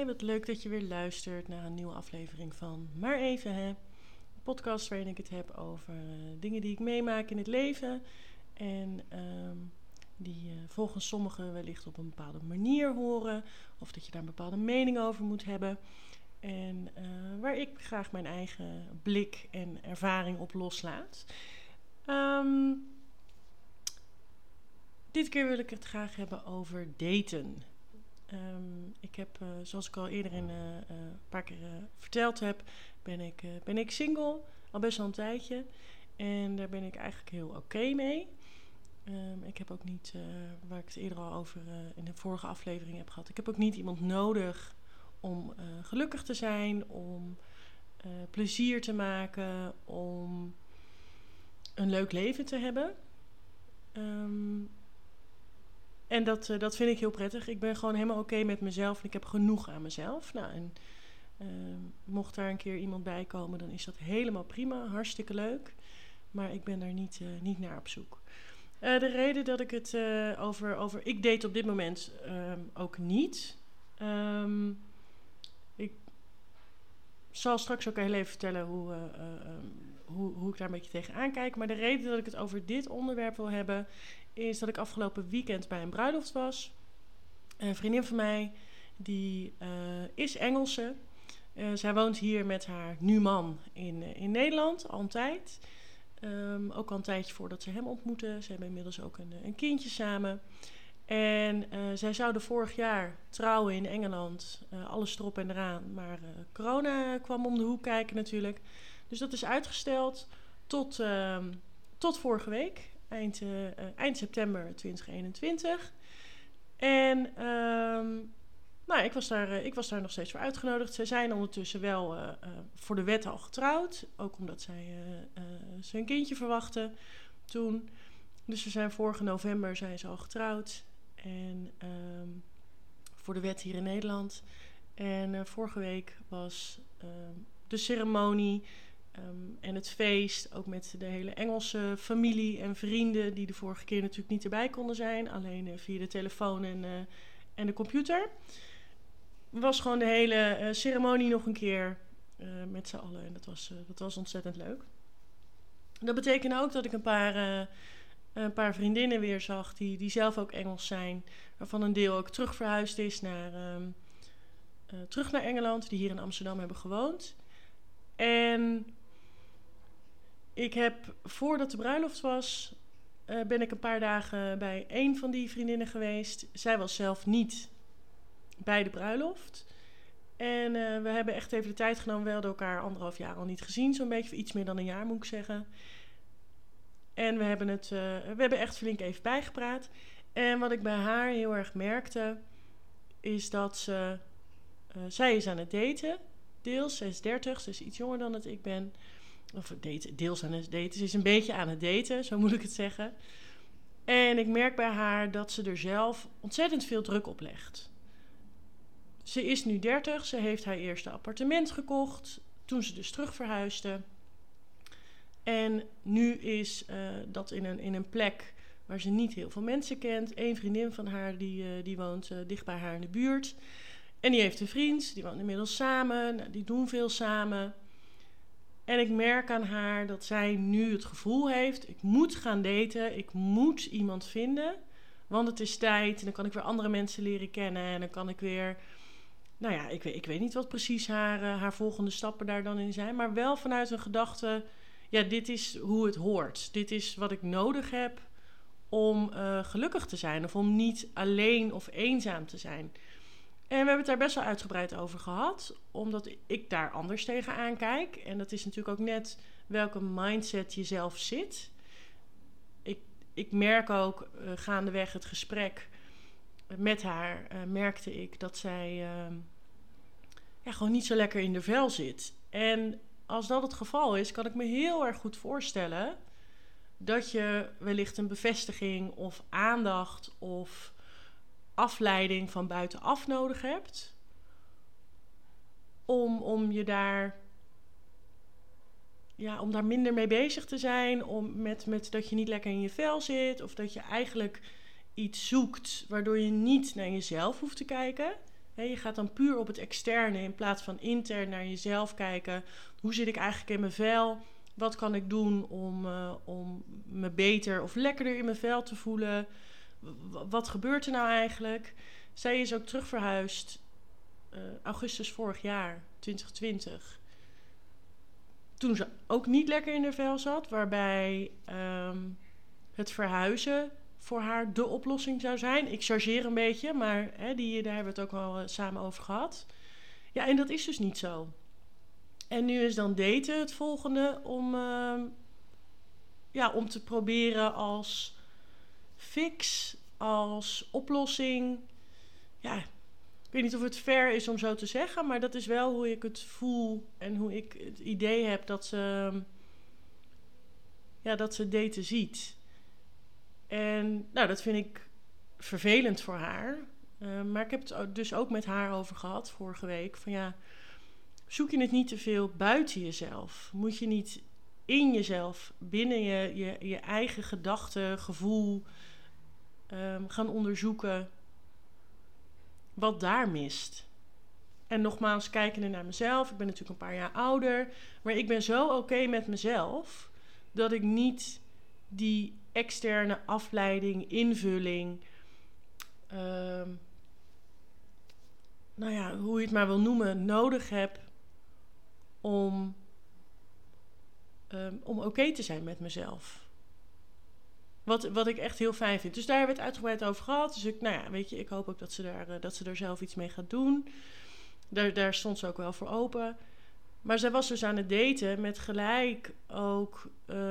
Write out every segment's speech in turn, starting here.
Hey, wat leuk dat je weer luistert naar een nieuwe aflevering van Maar Even Hè. Een podcast waarin ik het heb over dingen die ik meemaak in het leven. En die volgens sommigen wellicht op een bepaalde manier horen. Of dat je daar een bepaalde mening over moet hebben. En waar ik graag mijn eigen blik en ervaring op loslaat. Dit keer wil ik het graag hebben over daten. Ik heb, zoals ik al eerder een paar keer verteld heb, ben ik single, al best wel een tijdje. En daar ben ik eigenlijk heel oké mee. Ik heb ook niet, waar ik het eerder al over in de vorige aflevering heb gehad, ik heb ook niet iemand nodig om gelukkig te zijn, om plezier te maken, om een leuk leven te hebben. En dat vind ik heel prettig. Ik ben gewoon helemaal oké met mezelf en ik heb genoeg aan mezelf. Nou, en mocht daar een keer iemand bij komen, dan is dat helemaal prima, hartstikke leuk. Maar ik ben daar niet naar op zoek. De reden dat ik het over... Ik date op dit moment ook niet. Ik zal straks ook heel even vertellen hoe ik daar een beetje tegenaan kijk. Maar de reden dat ik het over dit onderwerp wil hebben, is dat ik afgelopen weekend bij een bruiloft was. Een vriendin van mij, die is Engelse. Zij woont hier met haar nu man in Nederland, al een tijd. Ook al een tijdje voordat ze hem ontmoeten. Ze hebben inmiddels ook een kindje samen. En zij zouden vorig jaar trouwen in Engeland. Alles erop en eraan. Maar corona kwam om de hoek kijken natuurlijk. Dus dat is uitgesteld tot vorige week. Eind september 2021. En ik was daar nog steeds voor uitgenodigd. Zij zijn ondertussen wel voor de wet al getrouwd. Ook omdat zij zijn kindje verwachten toen. Dus ze zijn vorige november zijn ze al getrouwd. En voor de wet hier in Nederland. En vorige week was de ceremonie en het feest. Ook met de hele Engelse familie en vrienden. Die de vorige keer natuurlijk niet erbij konden zijn. Alleen via de telefoon en de computer. Was gewoon de hele ceremonie nog een keer met z'n allen. En dat was ontzettend leuk. Dat betekende ook dat ik een paar vriendinnen weer zag die zelf ook Engels zijn. Waarvan een deel ook terug verhuisd is terug naar Engeland. Die hier in Amsterdam hebben gewoond. En ik heb, voordat de bruiloft was, ben ik een paar dagen bij één van die vriendinnen geweest. Zij was zelf niet bij de bruiloft. En we hebben echt even de tijd genomen. We hadden elkaar 1,5 jaar al niet gezien. Zo'n beetje, iets meer dan een jaar moet ik zeggen. En we hebben echt flink even bijgepraat. En wat ik bij haar heel erg merkte, is dat zij is aan het daten. Deels, ze is 30, ze is iets jonger dan dat ik ben. Of deels aan het daten. Ze is een beetje aan het daten, zo moet ik het zeggen. En ik merk bij haar dat ze er zelf ontzettend veel druk op legt. Ze is nu 30, ze heeft haar eerste appartement gekocht toen ze dus terug verhuisde. En nu is dat in een plek waar ze niet heel veel mensen kent. Eén vriendin van haar die woont dicht bij haar in de buurt. En die heeft een vriend, die woont inmiddels samen. Nou, die doen veel samen. En ik merk aan haar dat zij nu het gevoel heeft, ik moet gaan daten, ik moet iemand vinden. Want het is tijd en dan kan ik weer andere mensen leren kennen. En dan kan ik weer, nou ja, ik weet niet wat precies haar volgende stappen daar dan in zijn. Maar wel vanuit een gedachte, ja, dit is hoe het hoort. Dit is wat ik nodig heb om gelukkig te zijn. Of om niet alleen of eenzaam te zijn. En we hebben het daar best wel uitgebreid over gehad. Omdat ik daar anders tegenaan kijk. En dat is natuurlijk ook net welke mindset je zelf zit. Ik merk ook gaandeweg het gesprek met haar, merkte ik dat zij gewoon niet zo lekker in de vel zit. En als dat het geval is, kan ik me heel erg goed voorstellen dat je wellicht een bevestiging of aandacht of afleiding van buitenaf nodig hebt om je daar, om daar minder mee bezig te zijn, met dat je niet lekker in je vel zit of dat je eigenlijk iets zoekt waardoor je niet naar jezelf hoeft te kijken. Je gaat dan puur op het externe in plaats van intern naar jezelf kijken. Hoe zit ik eigenlijk in mijn vel? Wat kan ik doen om me beter of lekkerder in mijn vel te voelen? Wat gebeurt er nou eigenlijk? Zij is ook terugverhuisd augustus vorig jaar, 2020. Toen ze ook niet lekker in haar vel zat, waarbij het verhuizen voor haar de oplossing zou zijn. Ik chargeer een beetje, maar daar hebben we het ook wel samen over gehad. Ja, en dat is dus niet zo. En nu is dan daten het volgende om te proberen als fix, als oplossing. Ja, ik weet niet of het fair is om zo te zeggen, maar dat is wel hoe ik het voel en hoe ik het idee heb dat ze daten ziet. En nou, dat vind ik vervelend voor haar. Maar ik heb het dus ook met haar over gehad vorige week. Van ja, zoek je het niet te veel buiten jezelf? Moet je niet in jezelf, binnen je eigen gedachten, gevoel gaan onderzoeken wat daar mist? En nogmaals, kijkende naar mezelf. Ik ben natuurlijk een paar jaar ouder. Maar ik ben zo oké met mezelf dat ik niet die externe afleiding, invulling, hoe je het maar wil noemen, nodig heb om oké te zijn met mezelf. Wat ik echt heel fijn vind. Dus daar hebben we het uitgebreid over gehad. Dus ik hoop ook dat ze daar zelf iets mee gaat doen. Daar stond ze ook wel voor open. Maar zij was dus aan het daten met gelijk ook.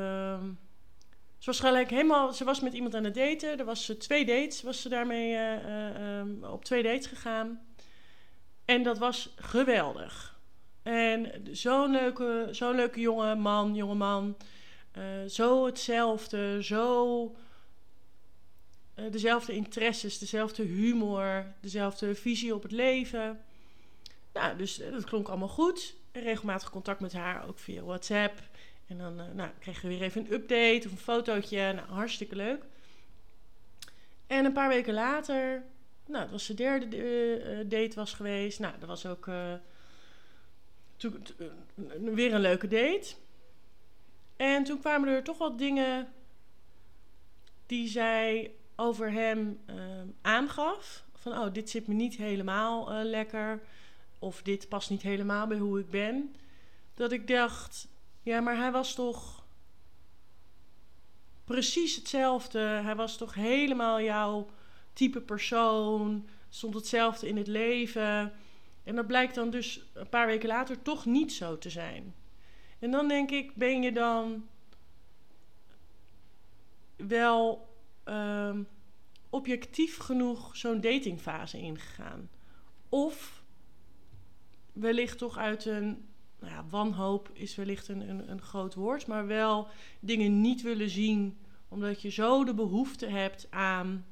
Ze was met iemand aan het daten. Er was 2 dates. Was ze daarmee op 2 dates gegaan. En dat was geweldig. En zo'n leuke jonge man. Zo hetzelfde. Dezelfde interesses, dezelfde humor, dezelfde visie op het leven. Nou, dus dat klonk allemaal goed. Regelmatig contact met haar, ook via WhatsApp. En dan kregen we weer even een update of een fotootje. Nou, hartstikke leuk. En een paar weken later, het was de 3e date was geweest. Nou, dat was ook weer een leuke date. En toen kwamen er toch wat dingen die zij over hem aangaf. Van, dit zit me niet helemaal lekker. Of dit past niet helemaal bij hoe ik ben. Dat ik dacht, ja, maar hij was toch precies hetzelfde. Hij was toch helemaal jouw type persoon. Stond hetzelfde in het leven. En dat blijkt dan dus een paar weken later toch niet zo te zijn. En dan denk ik, ben je dan wel objectief genoeg zo'n datingfase ingegaan? Of wellicht toch uit een, wanhoop is wellicht een groot woord, maar wel dingen niet willen zien, omdat je zo de behoefte hebt aan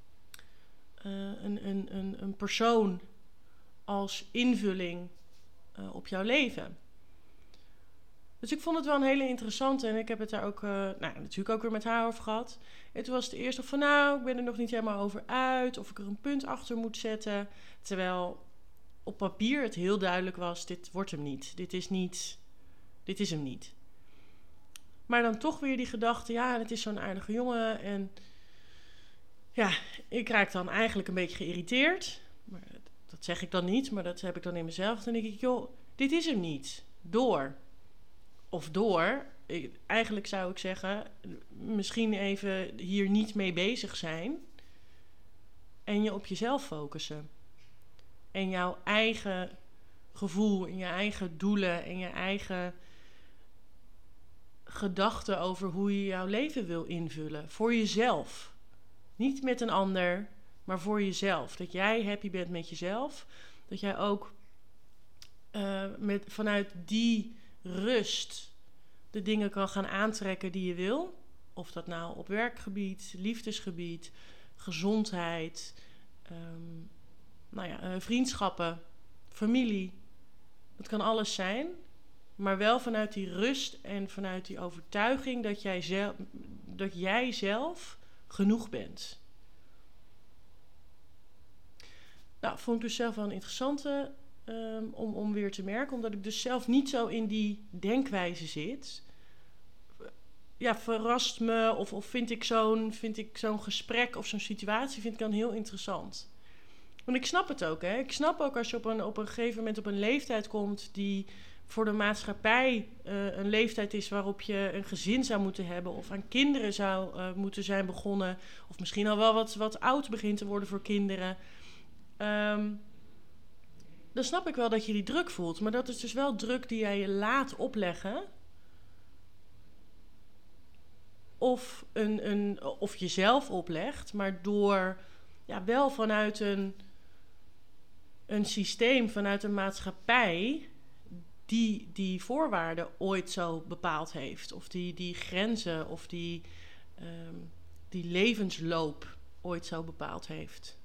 een persoon als invulling op jouw leven. Dus ik vond het wel een hele interessante en ik heb het daar ook natuurlijk ook weer met haar over gehad. En toen was het eerst nog van, ik ben er nog niet helemaal over uit of ik er een punt achter moet zetten. Terwijl op papier het heel duidelijk was, dit wordt hem niet. Dit is hem niet. Maar dan toch weer die gedachte, het is zo'n aardige jongen. En ja, ik raak dan eigenlijk een beetje geïrriteerd. Maar dat zeg ik dan niet, maar dat heb ik dan in mezelf. Dan denk ik, joh, dit is hem niet. Eigenlijk zou ik zeggen, misschien even hier niet mee bezig zijn. En je op jezelf focussen. En jouw eigen gevoel en je eigen doelen en je eigen gedachten over hoe je jouw leven wil invullen. Voor jezelf. Niet met een ander, maar voor jezelf. Dat jij happy bent met jezelf. Dat jij ook vanuit die rust de dingen kan gaan aantrekken die je wil. Of dat nou op werkgebied, liefdesgebied, gezondheid, vriendschappen, familie. Het kan alles zijn, maar wel vanuit die rust en vanuit die overtuiging dat jij zelf genoeg bent. Nou, vond ik dus zelf wel een interessante om weer te merken. Omdat ik dus zelf niet zo in die denkwijze zit. Ja, verrast me of vind ik zo'n gesprek of zo'n situatie vind ik dan heel interessant. Want ik snap het ook, hè. Ik snap ook als je op een gegeven moment op een leeftijd komt die voor de maatschappij een leeftijd is waarop je een gezin zou moeten hebben of aan kinderen zou moeten zijn begonnen. Of misschien al wel wat oud begint te worden voor kinderen. Dan snap ik wel dat je die druk voelt. Maar dat is dus wel druk die jij je laat opleggen. Of jezelf oplegt, maar door wel vanuit een systeem, vanuit een maatschappij die voorwaarden ooit zo bepaald heeft. Of die grenzen of die levensloop ooit zo bepaald heeft.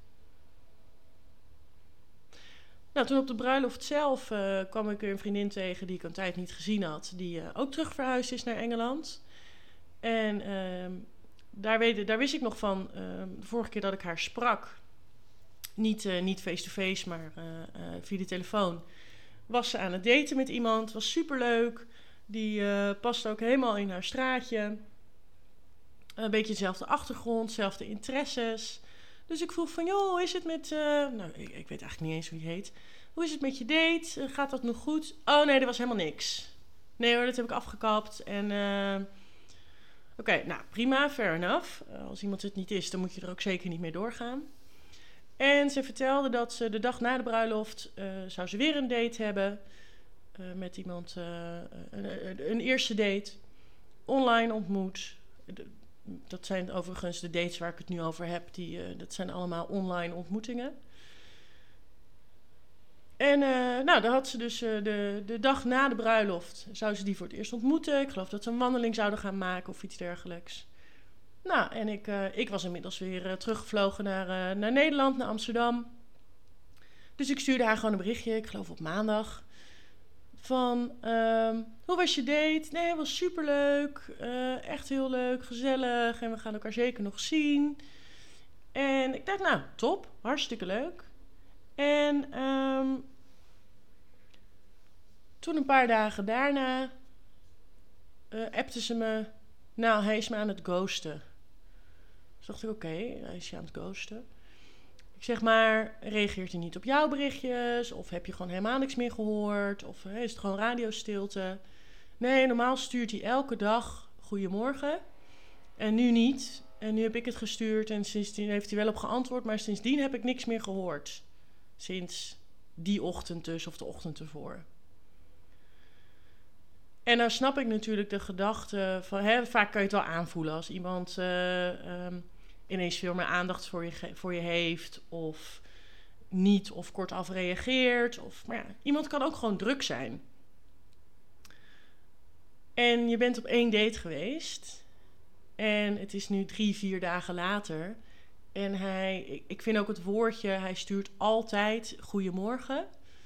Nou, toen op de bruiloft zelf kwam ik weer een vriendin tegen die ik een tijd niet gezien had. Die ook terug verhuisd is naar Engeland. En daar wist ik nog van de vorige keer dat ik haar sprak. Niet face-to-face, maar via de telefoon. Was ze aan het daten met iemand. Was superleuk. Die paste ook helemaal in haar straatje. Een beetje dezelfde achtergrond, dezelfde interesses. Dus ik vroeg van, joh, hoe is het met... ik weet eigenlijk niet eens hoe je heet. Hoe is het met je date? Gaat dat nog goed? Oh nee, er was helemaal niks. Nee hoor, dat heb ik afgekapt. En oké, nou prima, fair enough. Als iemand het niet is, dan moet je er ook zeker niet mee doorgaan. En ze vertelde dat ze de dag na de bruiloft zou ze weer een date hebben. Met iemand, een eerste date. Online ontmoet. Dat zijn overigens de dates waar ik het nu over heb. Dat zijn allemaal online ontmoetingen. En daar had ze dus de dag na de bruiloft. Zou ze die voor het eerst ontmoeten. Ik geloof dat ze een wandeling zouden gaan maken of iets dergelijks. Nou, en ik was inmiddels weer teruggevlogen naar Nederland, naar Amsterdam. Dus ik stuurde haar gewoon een berichtje, ik geloof op maandag. Van, hoe was je date? Nee, het was superleuk. Echt heel leuk, gezellig. En we gaan elkaar zeker nog zien. En ik dacht, nou, top. Hartstikke leuk. En toen een paar dagen daarna appte ze me... Nou, hij is me aan het ghosten. Dus dacht ik, oké, hij is je aan het ghosten. Ik zeg maar, reageert hij niet op jouw berichtjes? Of heb je gewoon helemaal niks meer gehoord? Of is het gewoon radiostilte? Nee, normaal stuurt hij elke dag goedemorgen. En nu niet. En nu heb ik het gestuurd en sindsdien heeft hij wel op geantwoord. Maar sindsdien heb ik niks meer gehoord. Sinds die ochtend dus, of de ochtend ervoor. En nou snap ik natuurlijk de gedachte van... vaak kan je het wel aanvoelen als iemand ineens veel meer aandacht voor je heeft... of niet of kortaf reageert. Maar ja, iemand kan ook gewoon druk zijn. En je bent op 1 date geweest. En het is nu 3-4 dagen later. En ik vind ook het woordje, hij stuurt altijd goedemorgen...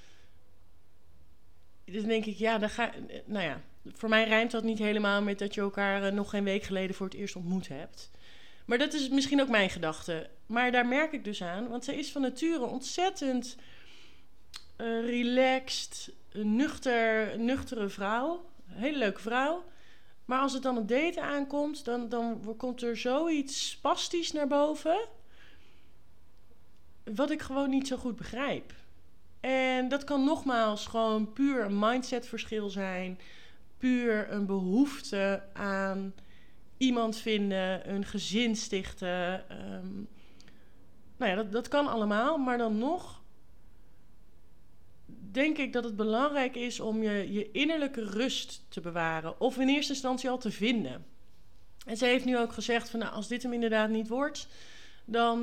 Dus dan denk ik, voor mij rijmt dat niet helemaal met dat je elkaar nog geen week geleden voor het eerst ontmoet hebt. Maar dat is misschien ook mijn gedachte. Maar daar merk ik dus aan, want zij is van nature ontzettend relaxed, nuchtere vrouw. Een hele leuke vrouw. Maar als het dan op daten aankomt, dan komt er zoiets spastisch naar boven, wat ik gewoon niet zo goed begrijp. En dat kan nogmaals gewoon puur een mindsetverschil zijn. Puur een behoefte aan iemand vinden, een gezin stichten. Dat kan allemaal. Maar dan nog denk ik dat het belangrijk is om je innerlijke rust te bewaren. Of in eerste instantie al te vinden. En ze heeft nu ook gezegd van als dit hem inderdaad niet wordt, dan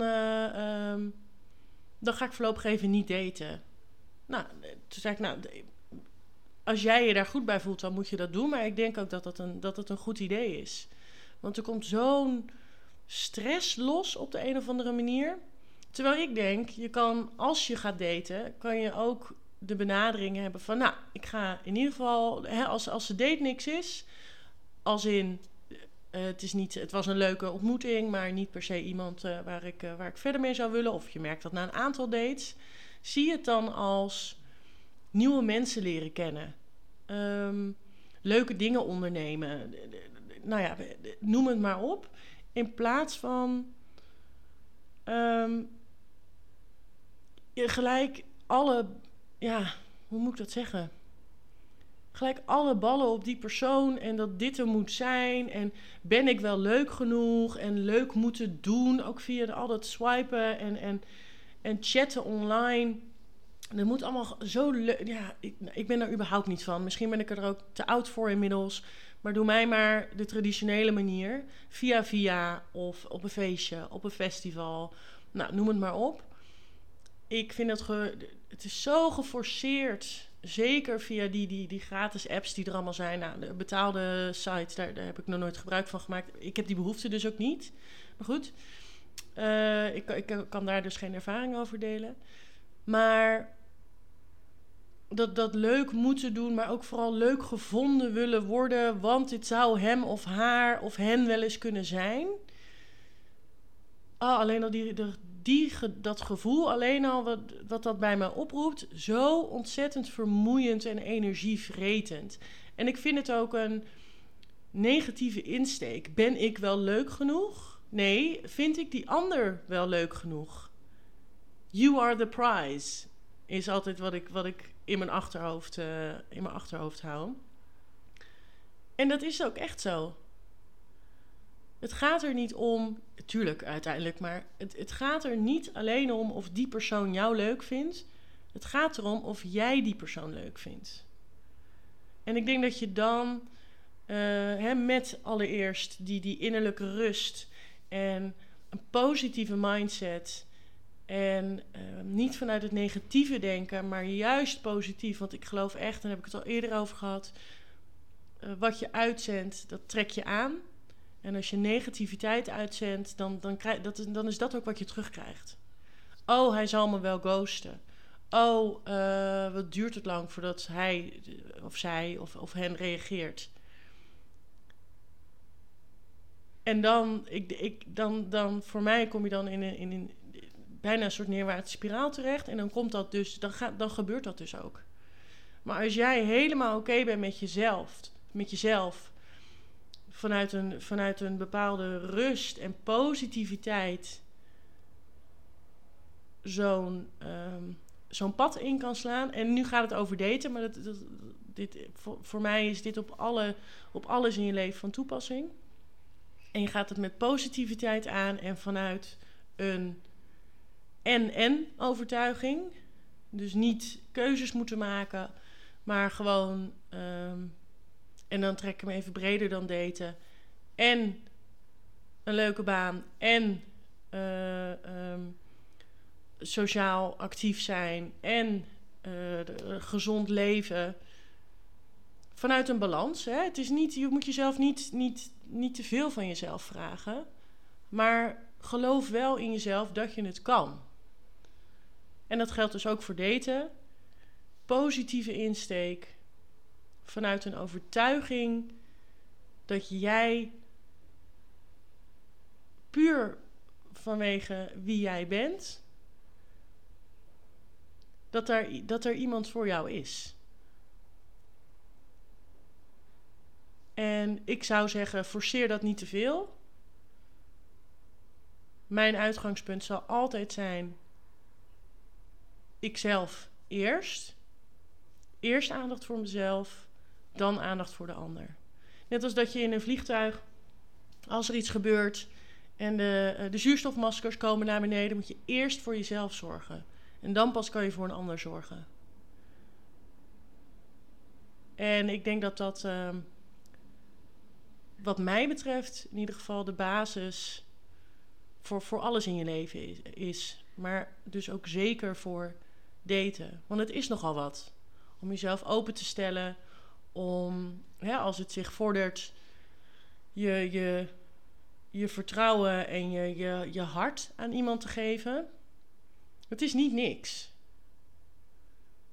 ga ik voorlopig even niet daten. Nou, toen zei ik, als jij je daar goed bij voelt, dan moet je dat doen. Maar ik denk ook dat het een goed idee is. Want er komt zo'n stress los op de een of andere manier. Terwijl ik denk, je kan, als je gaat daten, kan je ook de benadering hebben van... ik ga in ieder geval, als de date niks is, als in... Het was een leuke ontmoeting, maar niet per se iemand waar ik verder mee zou willen. Of je merkt dat na een aantal dates. Zie het dan als nieuwe mensen leren kennen. Leuke dingen ondernemen. Nou ja, noem het maar op. In plaats van gelijk alle... Ja, hoe moet ik dat zeggen? Gelijk alle ballen op die persoon en dat dit er moet zijn. En ben ik wel leuk genoeg en leuk moeten doen. Ook via al dat swipen en chatten online. Dat moet allemaal zo leuk. Ja, ik ben er überhaupt niet van. Misschien ben ik er ook te oud voor inmiddels. Maar doe mij maar de traditionele manier. Via of op een feestje, op een festival. Nou, noem het maar op. Ik vind het is zo geforceerd. Zeker via die gratis apps die er allemaal zijn. Nou, de betaalde sites, daar heb ik nog nooit gebruik van gemaakt. Ik heb die behoefte dus ook niet. Maar goed, ik kan daar dus geen ervaring over delen. Maar dat leuk moeten doen, maar ook vooral leuk gevonden willen worden. Want dit zou hem of haar of hen wel eens kunnen zijn. Alleen al dat gevoel, alleen al wat dat bij me oproept, zo ontzettend vermoeiend en energievretend. En ik vind het ook een negatieve insteek. Ben ik wel leuk genoeg? Nee, vind ik die ander wel leuk genoeg? You are the prize, is altijd wat ik in mijn achterhoofd hou. En dat is ook echt zo. Het gaat er niet om, tuurlijk uiteindelijk, maar het gaat er niet alleen om of die persoon jou leuk vindt. Het gaat erom of jij die persoon leuk vindt. En ik denk dat je dan met allereerst die innerlijke rust en een positieve mindset en niet vanuit het negatieve denken, maar juist positief. Want ik geloof echt, daar heb ik het al eerder over gehad, wat je uitzendt, dat trek je aan. En als je negativiteit uitzendt, dan is dat ook wat je terugkrijgt. Oh, hij zal me wel ghosten. Oh, wat duurt het lang voordat hij of zij of hen reageert. En dan voor mij kom je dan in bijna een soort neerwaartse spiraal terecht. En dan komt dat dus, dan gebeurt dat dus ook. Maar als jij helemaal oké bent met jezelf, vanuit een bepaalde rust en positiviteit zo'n pad in kan slaan. En nu gaat het over daten, maar voor mij is dit op alles in je leven van toepassing. En je gaat het met positiviteit aan en vanuit een en overtuiging. Dus niet keuzes moeten maken, maar gewoon... en dan trek ik hem even breder dan daten. En een leuke baan. En sociaal actief zijn. En gezond leven. Vanuit een balans. Hè? Het is niet, je moet jezelf niet te veel van jezelf vragen. Maar geloof wel in jezelf dat je het kan. En dat geldt dus ook voor daten. Positieve insteek. Vanuit een overtuiging dat jij puur vanwege wie jij bent, dat er iemand voor jou is. En ik zou zeggen, forceer dat niet te veel. Mijn uitgangspunt zal altijd zijn, ikzelf eerst. Eerst aandacht voor mezelf, dan aandacht voor de ander. Net als dat je in een vliegtuig, als er iets gebeurt en de zuurstofmaskers komen naar beneden, moet je eerst voor jezelf zorgen. En dan pas kan je voor een ander zorgen. En ik denk dat wat mij betreft, in ieder geval de basis voor alles in je leven is. Maar dus ook zeker voor daten. Want het is nogal wat. Om jezelf open te stellen. Om, als het zich vordert, je vertrouwen en je hart aan iemand te geven. Het is niet niks.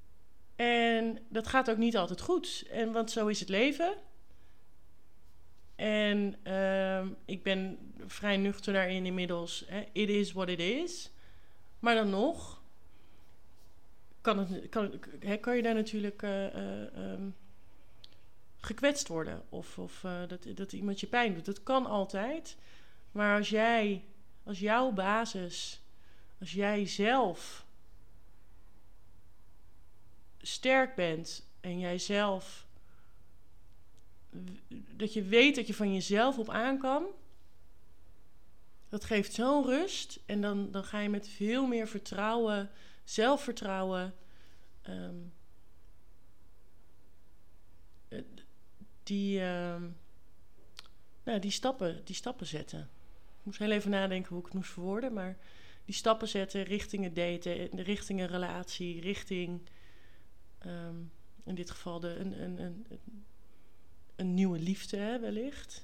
En dat gaat ook niet altijd goed. Want zo is het leven. En ik ben vrij nuchter daarin inmiddels. It is what it is. Maar dan nog kan je daar natuurlijk gekwetst worden. Of dat iemand je pijn doet. Dat kan altijd. Maar als jouw basis, als jij zelf sterk bent en jij zelf, dat je weet dat je van jezelf op aan kan, dat geeft zo'n rust. En dan ga je met veel meer vertrouwen, zelfvertrouwen, die stappen zetten. Ik moest heel even nadenken hoe ik het moest verwoorden, maar die stappen zetten richting het daten, richting een relatie, richting in dit geval een nieuwe liefde, hè, wellicht.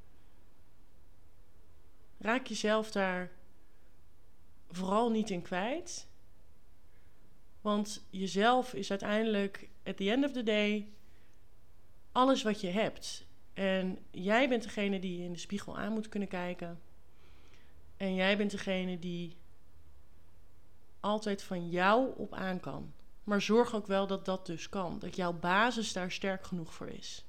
Raak jezelf daar vooral niet in kwijt. Want jezelf is uiteindelijk, at the end of the day, alles wat je hebt. En jij bent degene die je in de spiegel aan moet kunnen kijken. En jij bent degene die altijd van jou op aan kan. Maar zorg ook wel dat dat dus kan. Dat jouw basis daar sterk genoeg voor is.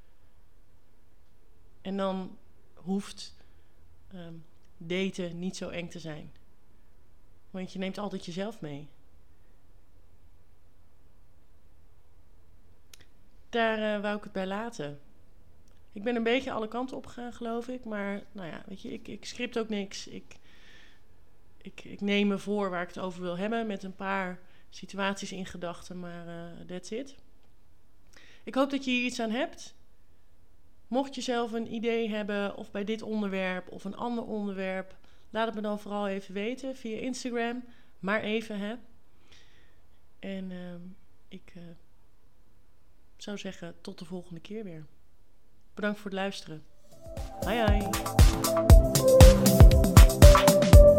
En dan hoeft daten niet zo eng te zijn. Want je neemt altijd jezelf mee. Daar wou ik het bij laten. Ik ben een beetje alle kanten op gegaan, geloof ik. Maar nou ja, weet je, ik script ook niks. Ik neem me voor waar ik het over wil hebben. Met een paar situaties in gedachten, maar that's it. Ik hoop dat je hier iets aan hebt. Mocht je zelf een idee hebben, of bij dit onderwerp of een ander onderwerp, laat het me dan vooral even weten via Instagram. Maar even, hè. En ik zou zeggen, tot de volgende keer weer. Bedankt voor het luisteren. Hoi hoi.